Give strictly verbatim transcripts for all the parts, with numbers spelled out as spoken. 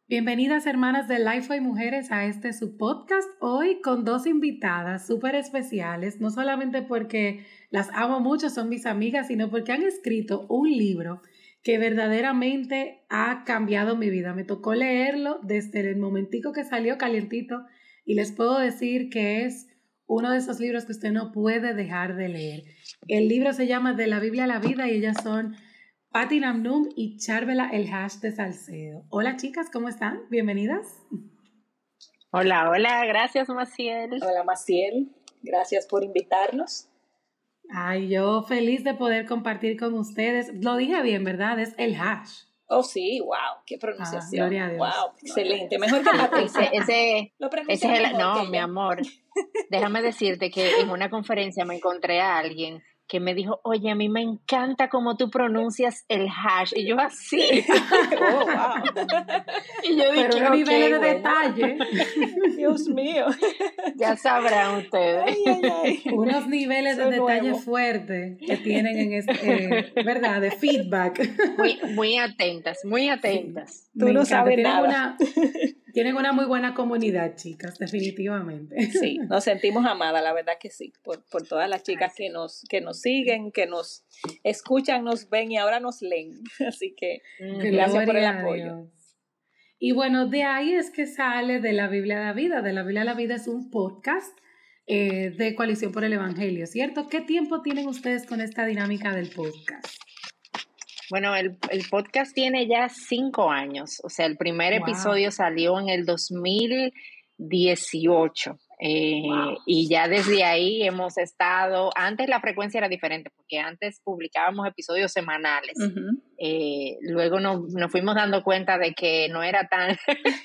Bienvenidas hermanas de Lifeway Mujeres a este su podcast, hoy con dos invitadas súper especiales, no solamente porque las amo mucho, son mis amigas, sino porque han escrito un libro que verdaderamente ha cambiado mi vida. Me tocó leerlo desde el momentico que salió calientito y les puedo decir que es uno de esos libros que usted no puede dejar de leer. El libro se llama De la Biblia a la Vida y ellas son Patti Namnum y Charvela El Hash de Salcedo. Hola chicas, ¿cómo están? Bienvenidas. Hola, hola, gracias Maciel. Hola Maciel, gracias por invitarnos. Ay, yo feliz de poder compartir con ustedes. Lo dije bien, ¿verdad? Es El Hash. Oh sí, wow, qué pronunciación. Ah, gloria a Dios. Wow, excelente, mejor que la ese, ese, Lo ese es el, no, que mi amor. Déjame decirte que en una conferencia me encontré a alguien que me dijo, oye, a mí me encanta cómo tú pronuncias el hash. Y yo así. Oh, wow. Y yo dije, pero unos okay, niveles de bueno. detalle. Dios mío. Ya sabrán ustedes. Ay, ay, ay. Unos niveles Soy de detalle nuevo. fuertes que tienen en este, ¿verdad? De feedback. Muy, muy atentas, muy atentas. Tú Me no encanta. sabes Tienen nada. Una, tienen una muy buena comunidad, chicas, definitivamente. Sí, nos sentimos amadas, la verdad que sí, por, por todas las chicas Ay, sí. que nos, que nos siguen, que nos escuchan, nos ven y ahora nos leen. Así que gracias por el Gloria a apoyo. Dios. Y bueno, de ahí es que sale de la Biblia a la Vida. De la Biblia a la Vida es un podcast eh, de Coalición por el Evangelio, ¿cierto? ¿Qué tiempo tienen ustedes con esta dinámica del podcast? Bueno, el, el podcast tiene ya cinco años. O sea, el primer Wow. episodio salió en el dos mil dieciocho. Eh, Wow. Y ya desde ahí hemos estado, antes la frecuencia era diferente porque antes publicábamos episodios semanales. Uh-huh. Eh, luego nos, nos fuimos dando cuenta de que no era tan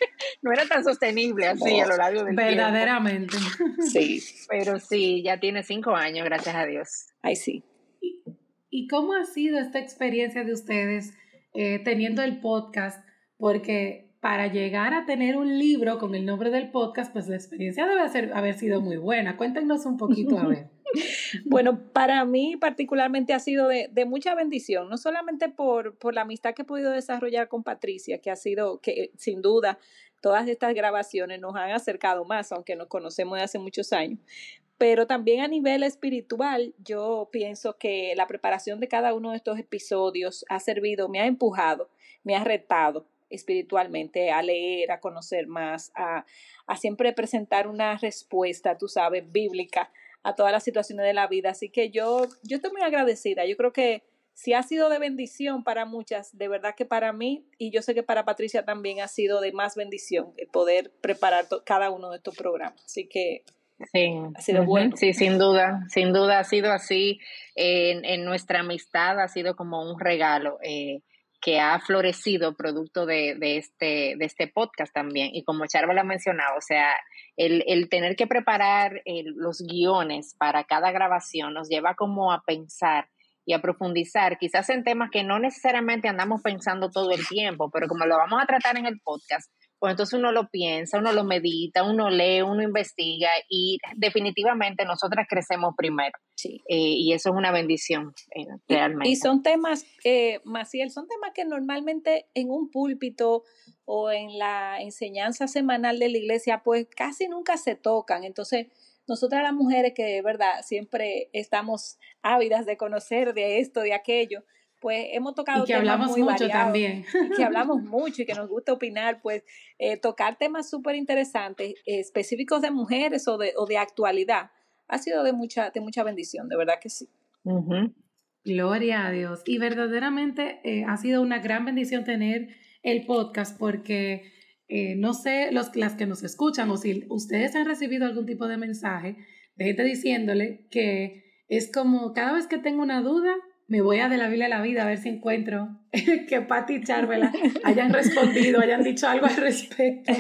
no era tan sostenible así No. a lo largo del Verdaderamente. Sí, tiempo. Pero sí, ya tiene cinco años, gracias a Dios. ay sí. ¿Y, y cómo ha sido esta experiencia de ustedes eh, teniendo el podcast? Porque para llegar a tener un libro con el nombre del podcast, pues la experiencia debe ser, haber sido muy buena. Cuéntenos un poquito, a ver. Bueno, para mí particularmente ha sido de, de mucha bendición, no solamente por, por la amistad que he podido desarrollar con Patricia, que ha sido, que sin duda, todas estas grabaciones nos han acercado más, aunque nos conocemos de hace muchos años, pero también a nivel espiritual, yo pienso que la preparación de cada uno de estos episodios ha servido, me ha empujado, me ha retado espiritualmente a leer, a conocer más, a, a siempre presentar una respuesta, tú sabes, bíblica a todas las situaciones de la vida. Así que yo, yo estoy muy agradecida. Yo creo que si ha sido de bendición para muchas, de verdad que para mí, y yo sé que para Patricia también ha sido de más bendición el poder preparar to- cada uno de estos programas. Así que Sí, ha sido uh-huh. bueno. Sí, sin duda, sin duda ha sido así. En, en nuestra amistad ha sido como un regalo eh, que ha florecido producto de, de, este, de este podcast también. Y como Charvela ha mencionado, o sea, el, el tener que preparar el, los guiones para cada grabación nos lleva como a pensar y a profundizar, quizás en temas que no necesariamente andamos pensando todo el tiempo, pero como lo vamos a tratar en el podcast, pues entonces uno lo piensa, uno lo medita, uno lee, uno investiga y definitivamente nosotras crecemos primero. Sí. Eh, y eso es una bendición, eh, realmente. Y, y son temas, eh, Maciel, son temas que normalmente en un púlpito o en la enseñanza semanal de la iglesia, pues casi nunca se tocan. Entonces, nosotras las mujeres que de verdad siempre estamos ávidas de conocer de esto, de aquello, pues hemos tocado y que temas hablamos muy mucho variados, también. y que hablamos mucho y que nos gusta opinar, pues eh, tocar temas súper interesantes, eh, específicos de mujeres o de, o de actualidad, ha sido de mucha, de mucha bendición, de verdad que sí. Uh-huh. Gloria a Dios. Y verdaderamente eh, ha sido una gran bendición tener el podcast porque eh, no sé los, las que nos escuchan o si ustedes han recibido algún tipo de mensaje de gente diciéndole que es como cada vez que tengo una duda me voy a De la Biblia a la Vida a ver si encuentro que Patti y Charvela hayan respondido, hayan dicho algo al respecto.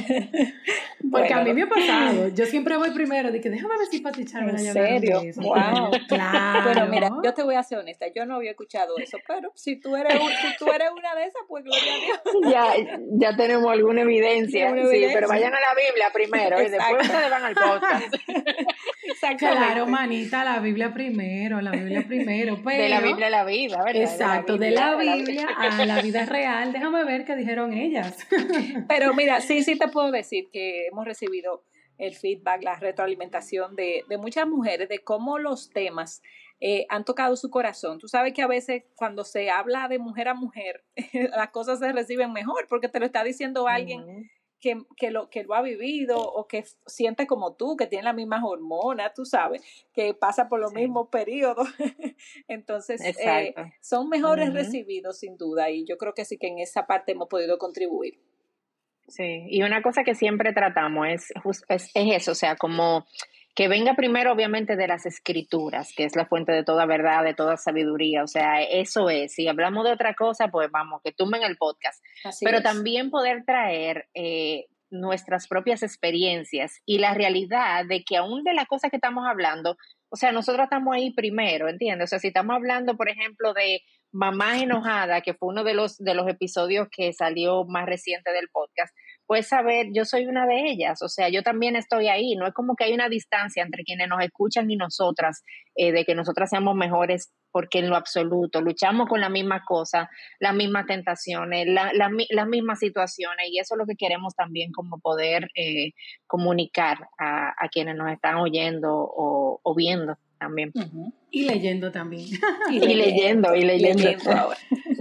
Porque Bueno, a mí me ha pasado, yo siempre voy primero, de que déjame ver si Patti y Charvela ¿en ya hablaron serio? de eso. Wow. Claro. Bueno, mira, yo te voy a ser honesta, yo no había escuchado eso, pero si tú eres, un, si tú eres una de esas, pues gloria a Dios. Ya, ya tenemos alguna evidencia, Una sí, evidencia. pero vayan a la Biblia primero y Exacto. después ustedes van al podcast. Exactamente. Claro, manita, la Biblia primero, la Biblia primero, pero... De la Biblia a la vida, ¿verdad? Exacto, de la Biblia, a la vida real, déjame ver qué dijeron ellas. Pero mira, sí, sí te puedo decir que hemos recibido el feedback, la retroalimentación de, de muchas mujeres, de cómo los temas eh, han tocado su corazón. Tú sabes que a veces cuando se habla de mujer a mujer, las cosas se reciben mejor, porque te lo está diciendo alguien uh-huh. que, que, lo, que lo ha vivido o que siente como tú, que tiene las mismas hormonas, tú sabes, que pasa por los sí. mismos periodos. Entonces, eh, son mejores uh-huh. recibidos sin duda, y yo creo que sí que en esa parte hemos podido contribuir. Sí, y una cosa que siempre tratamos es, es, es eso, o sea, como que venga primero obviamente de las escrituras, que es la fuente de toda verdad, de toda sabiduría, o sea, eso es, si hablamos de otra cosa, pues vamos, que tumben el podcast, Así pero es. También poder traer eh, nuestras propias experiencias y la realidad de que aún de la cosa que estamos hablando, o sea, nosotros estamos ahí primero, ¿entiendes? O sea, si estamos hablando, por ejemplo, de Mamá Enojada, que fue uno de los, de los episodios que salió más reciente del podcast, pues saber, yo soy una de ellas, o sea, yo también estoy ahí, no es como que hay una distancia entre quienes nos escuchan y nosotras, eh, de que nosotras seamos mejores, porque en lo absoluto luchamos con la misma cosa, las mismas tentaciones, la, la, las mismas situaciones, y eso es lo que queremos también como poder eh, comunicar a, a quienes nos están oyendo o, o viendo también. Uh-huh. Y leyendo también. Y, y leyendo, y leyendo. leyendo ahora.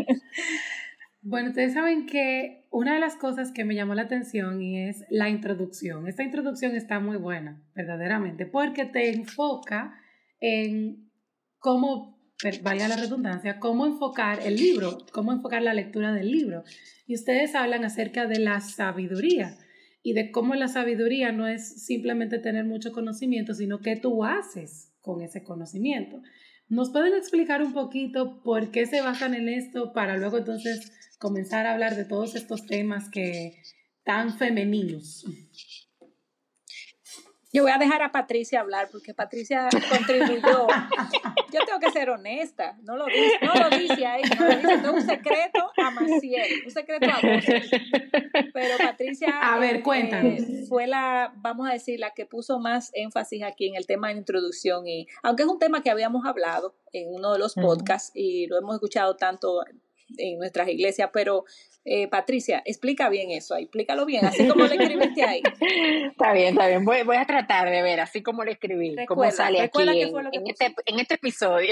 Bueno, ustedes saben que una de las cosas que me llamó la atención y es la introducción. Esta introducción está muy buena, verdaderamente, porque te enfoca en cómo, valga la redundancia, cómo enfocar el libro, cómo enfocar la lectura del libro. Y ustedes hablan acerca de la sabiduría y de cómo la sabiduría no es simplemente tener mucho conocimiento, sino qué tú haces con ese conocimiento. ¿Nos pueden explicar un poquito por qué se basan en esto para luego entonces comenzar a hablar de todos estos temas que tan femeninos? Yo voy a dejar a Patricia hablar porque Patricia contribuyó. Yo tengo que ser honesta, no lo dice, no lo dice a ella, no lo dice, es un secreto a Maciel, un secreto a voces. Pero Patricia a ver, eh, cuéntanos. Eh, fue la, vamos a decir, la que puso más énfasis aquí en el tema de la introducción, y aunque es un tema que habíamos hablado en uno de los podcasts uh-huh. y lo hemos escuchado tanto en nuestras iglesias, pero eh, Patricia, explica bien eso ahí, explícalo bien, así como lo escribiste ahí. Está bien, está bien, voy, voy a tratar de ver así como lo escribí, recuerda, cómo sale aquí en, en, este, en este episodio.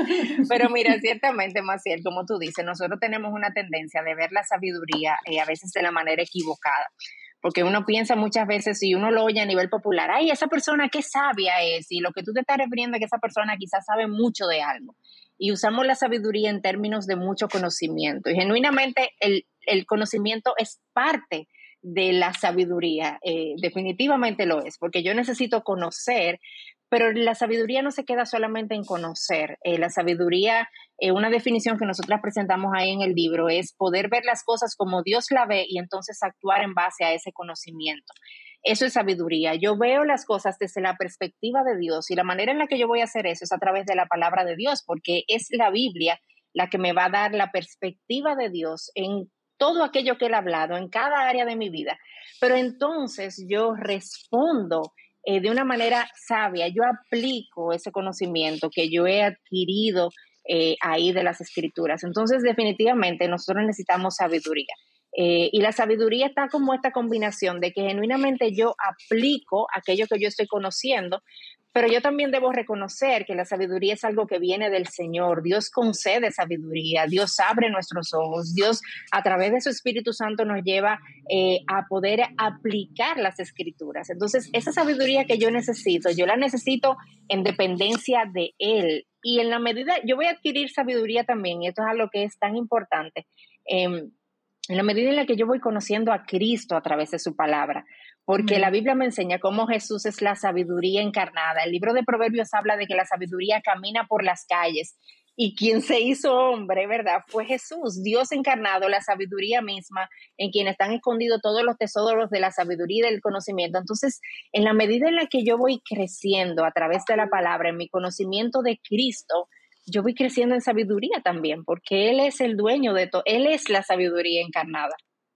Pero mira, ciertamente, Maciel, como tú dices, nosotros tenemos una tendencia de ver la sabiduría eh, a veces de la manera equivocada. Porque uno piensa muchas veces, si uno lo oye a nivel popular, ay, esa persona qué sabia es, y lo que tú te estás refiriendo es que esa persona quizás sabe mucho de algo. Y usamos la sabiduría en términos de mucho conocimiento. Y genuinamente el, el conocimiento es parte de la sabiduría, eh, definitivamente lo es, porque yo necesito conocer, pero la sabiduría no se queda solamente en conocer. Eh, la sabiduría, eh, una definición que nosotras presentamos ahí en el libro, es poder ver las cosas como Dios la ve y entonces actuar en base a ese conocimiento. Eso es sabiduría. Yo veo las cosas desde la perspectiva de Dios, y la manera en la que yo voy a hacer eso es a través de la palabra de Dios, porque es la Biblia la que me va a dar la perspectiva de Dios en todo aquello que Él ha hablado, en cada área de mi vida. Pero entonces yo respondo eh, de una manera sabia, yo aplico ese conocimiento que yo he adquirido eh, ahí de las Escrituras. Entonces, definitivamente, nosotros necesitamos sabiduría. Eh, y la sabiduría está como esta combinación de que genuinamente yo aplico aquello que yo estoy conociendo, pero yo también debo reconocer que la sabiduría es algo que viene del Señor. Dios concede sabiduría, Dios abre nuestros ojos, Dios a través de su Espíritu Santo nos lleva eh, a poder aplicar las Escrituras. Entonces, esa sabiduría que yo necesito, yo la necesito en dependencia de Él. Y en la medida, yo voy a adquirir sabiduría también, y esto es algo que es tan importante, eh, en la medida en la que yo voy conociendo a Cristo a través de su palabra, porque mm. la Biblia me enseña cómo Jesús es la sabiduría encarnada. El libro de Proverbios habla de que la sabiduría camina por las calles, y quien se hizo hombre, ¿verdad?, fue Jesús, Dios encarnado, la sabiduría misma, en quien están escondidos todos los tesoros de la sabiduría y del conocimiento. Entonces, en la medida en la que yo voy creciendo a través de la palabra, en mi conocimiento de Cristo, yo voy creciendo en sabiduría también, porque Él es el dueño de todo, Él es la sabiduría encarnada.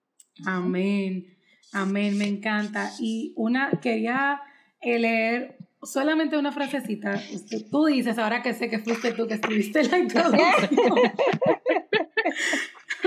Amén, amén, me encanta. Y una, quería leer solamente una frasecita. Usted, tú dices, ahora que sé que fuiste tú que escribiste la introducción.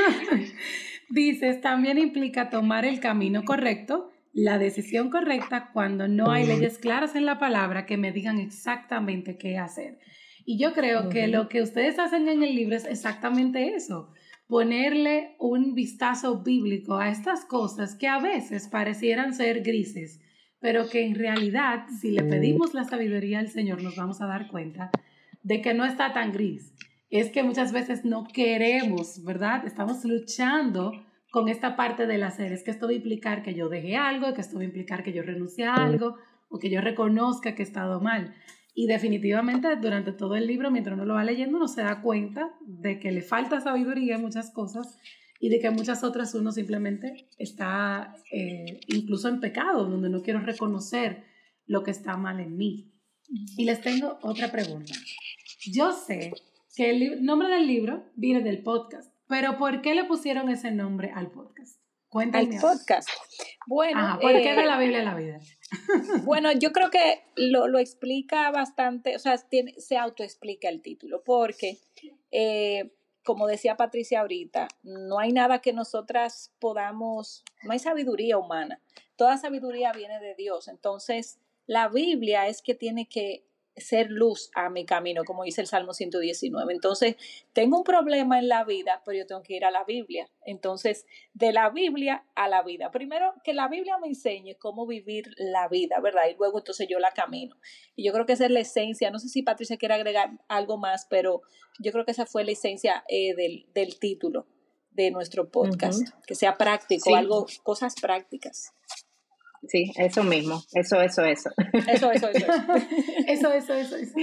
Dices, también implica tomar el camino correcto, la decisión correcta cuando no hay leyes claras en la palabra que me digan exactamente qué hacer. Y yo creo que lo que ustedes hacen en el libro es exactamente eso, ponerle un vistazo bíblico a estas cosas que a veces parecieran ser grises, pero que en realidad, si le pedimos la sabiduría al Señor, nos vamos a dar cuenta de que no está tan gris. Es que muchas veces no queremos, ¿verdad? Estamos luchando con esta parte del hacer. Es que esto va a implicar que yo deje algo, que esto va a implicar que yo renuncie a algo, o que yo reconozca que he estado mal. Y definitivamente durante todo el libro, mientras uno lo va leyendo, uno se da cuenta de que le falta sabiduría en muchas cosas y de que en muchas otras uno simplemente está eh, incluso en pecado, donde no quiero reconocer lo que está mal en mí. Y les tengo otra pregunta. Yo sé que el nombre del libro viene del podcast, pero ¿por qué le pusieron ese nombre al podcast? Cuéntame. Al podcast. Bueno, Ajá, ¿por qué eh, de la Biblia a la vida? Bueno, yo creo que lo, lo explica bastante, o sea, tiene, se autoexplica el título, porque, eh, como decía Patricia ahorita, no hay nada que nosotras podamos, no hay sabiduría humana, toda sabiduría viene de Dios, entonces la Biblia es que tiene que ser luz a mi camino, como dice el Salmo ciento diecinueve. Entonces, tengo un problema en la vida, pero yo tengo que ir a la Biblia. Entonces, de la Biblia a la vida. Primero, que la Biblia me enseñe cómo vivir la vida, ¿verdad? Y luego, entonces, yo la camino. Y yo creo que esa es la esencia. No sé si Patricia quiere agregar algo más, pero yo creo que esa fue la esencia eh, del, del título de nuestro podcast. Uh-huh. Que sea práctico, sí. algo, cosas prácticas. Sí, eso mismo, eso, eso, eso. Eso, eso, eso. Eso, eso, eso. eso.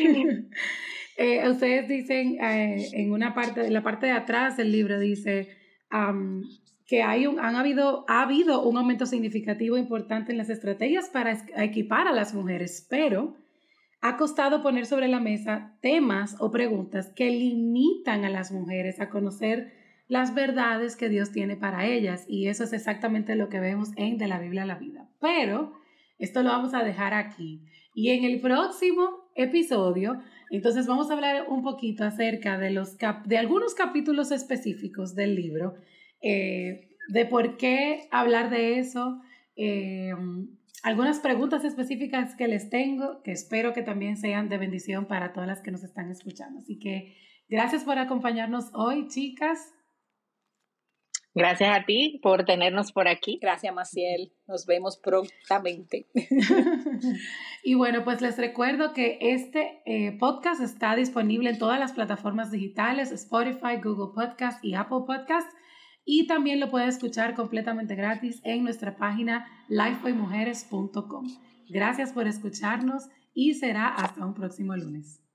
eh, ustedes dicen eh, en una parte, en la parte de atrás del libro dice um, que hay un, han habido, ha habido un aumento significativo importante en las estrategias para equipar a las mujeres, pero ha costado poner sobre la mesa temas o preguntas que limitan a las mujeres a conocer las verdades que Dios tiene para ellas, y eso es exactamente lo que vemos en De la Biblia a la Vida. Pero esto lo vamos a dejar aquí, y en el próximo episodio entonces vamos a hablar un poquito acerca de, los cap- de algunos capítulos específicos del libro, eh, de por qué hablar de eso, eh, algunas preguntas específicas que les tengo, que espero que también sean de bendición para todas las que nos están escuchando. Así que gracias por acompañarnos hoy, chicas. Gracias a ti por tenernos por aquí. Gracias, Maciel. Nos vemos prontamente. Y bueno, pues les recuerdo que este eh, podcast está disponible en todas las plataformas digitales, Spotify, Google Podcast y Apple Podcast. Y también lo pueden escuchar completamente gratis en nuestra página lifeway mujeres punto com. Gracias por escucharnos y será hasta un próximo lunes.